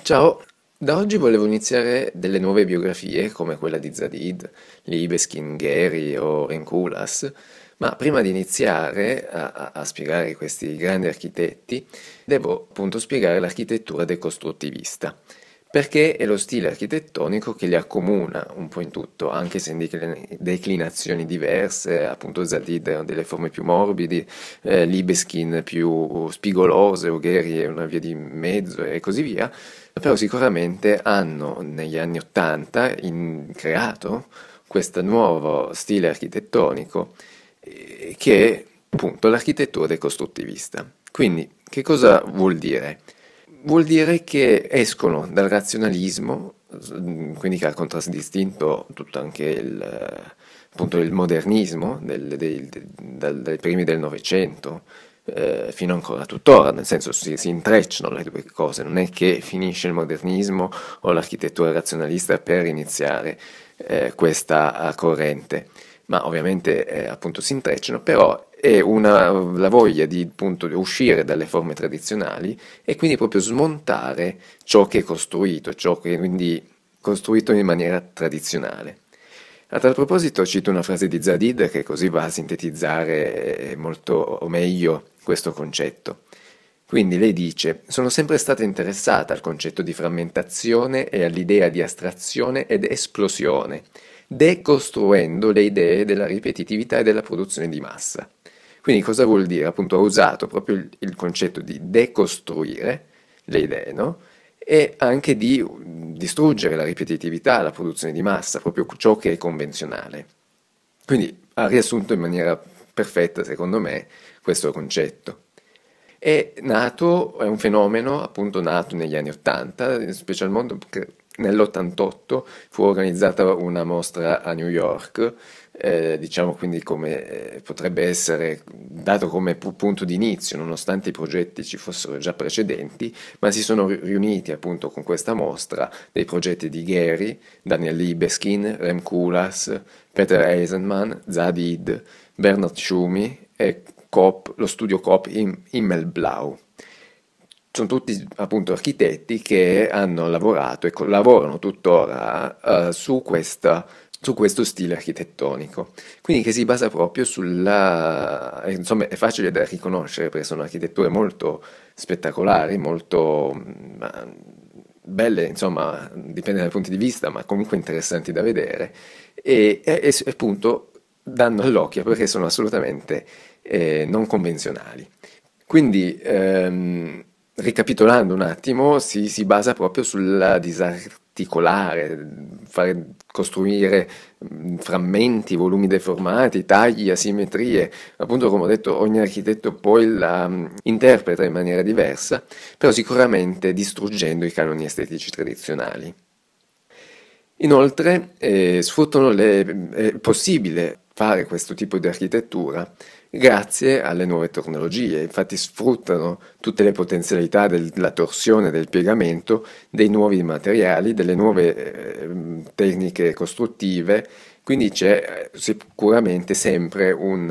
Ciao, da oggi volevo iniziare delle nuove biografie come quella di Zadid, Libeskind, Gehry o Renkulas, ma prima di iniziare a spiegare questi grandi architetti, devo appunto spiegare l'architettura decostruttivista, perché è lo stile architettonico che li accomuna un po' in tutto, anche se in declinazioni diverse, appunto Zadid ha delle forme più morbidi, Libeskind più spigolose, o Gehry è una via di mezzo e così via, però sicuramente hanno negli anni '80 creato questo nuovo stile architettonico che è appunto l'architettura decostruttivista. Quindi, che cosa vuol dire? Vuol dire che escono dal razionalismo, quindi che ha contraddistinto tutto anche appunto il modernismo dai primi del Novecento, fino ancora tuttora, nel senso si intrecciano le due cose, non è che finisce il modernismo o l'architettura razionalista per iniziare questa corrente, ma ovviamente appunto si intrecciano, però è la voglia di appunto uscire dalle forme tradizionali e quindi proprio smontare ciò che è costruito, ciò che è quindi costruito in maniera tradizionale. A tal proposito cito una frase di Zadid che così va a sintetizzare molto meglio questo concetto. Quindi lei dice: sono sempre stata interessata al concetto di frammentazione e all'idea di astrazione ed esplosione, decostruendo le idee della ripetitività e della produzione di massa. Quindi cosa vuol dire? Appunto ha usato proprio il concetto di decostruire le idee, no? E anche di distruggere la ripetitività, la produzione di massa, proprio ciò che è convenzionale. Quindi ha riassunto in maniera perfetta, secondo me, questo concetto. È un fenomeno appunto nato negli anni '80, specialmente perché nell'88 fu organizzata una mostra a New York, diciamo quindi come potrebbe essere dato come punto di inizio, nonostante i progetti ci fossero già precedenti, ma si sono riuniti appunto con questa mostra dei progetti di Gehry, Daniel Libeskind, Rem Koolhaas, Peter Eisenman, Zadid, Bernard Tschumi e lo studio Coop Himmelblau. Sono tutti appunto architetti che hanno lavorato e lavorano tuttora su questo stile architettonico. Quindi che si basa proprio insomma è facile da riconoscere perché sono architetture molto spettacolari, molto belle, insomma, dipende dai punti di vista, ma comunque interessanti da vedere e appunto danno all'occhio perché sono assolutamente non convenzionali. Quindi, ricapitolando un attimo, si basa proprio sul disarticolare, costruire frammenti, volumi deformati, tagli, asimmetrie. Appunto, come ho detto, ogni architetto poi la interpreta in maniera diversa, però sicuramente distruggendo i canoni estetici tradizionali. Inoltre, è possibile fare questo tipo di architettura grazie alle nuove tecnologie, infatti sfruttano tutte le potenzialità della torsione, del piegamento, dei nuovi materiali, delle nuove tecniche costruttive, quindi c'è sicuramente sempre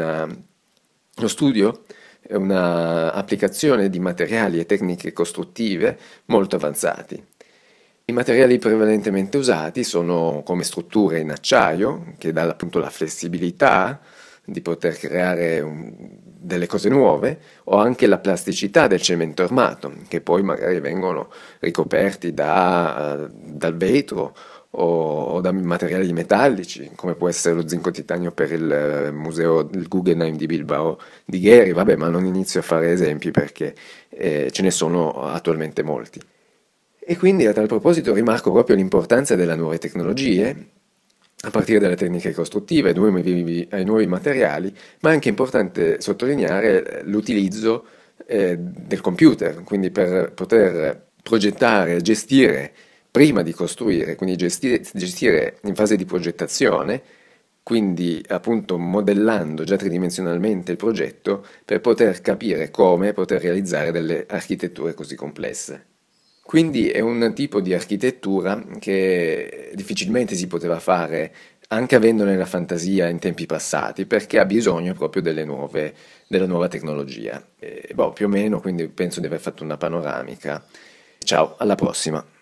uno studio, una applicazione di materiali e tecniche costruttive molto avanzati. I materiali prevalentemente usati sono come strutture in acciaio, che dà appunto la flessibilità di poter creare delle cose nuove, o anche la plasticità del cemento armato, che poi magari vengono ricoperti dal vetro o da materiali metallici, come può essere lo zinco titanio per il museo del Guggenheim di Bilbao di Gehry. Vabbè, ma non inizio a fare esempi perché ce ne sono attualmente molti. E quindi a tal proposito rimarco proprio l'importanza delle nuove tecnologie, a partire dalle tecniche costruttive, ai nuovi materiali, ma è anche importante sottolineare l'utilizzo del computer, quindi per poter progettare, gestire prima di costruire, quindi gestire in fase di progettazione, quindi appunto modellando già tridimensionalmente il progetto per poter capire come poter realizzare delle architetture così complesse. Quindi è un tipo di architettura che difficilmente si poteva fare anche avendone la fantasia in tempi passati, perché ha bisogno proprio della nuova tecnologia. Più o meno, quindi penso di aver fatto una panoramica. Ciao, alla prossima.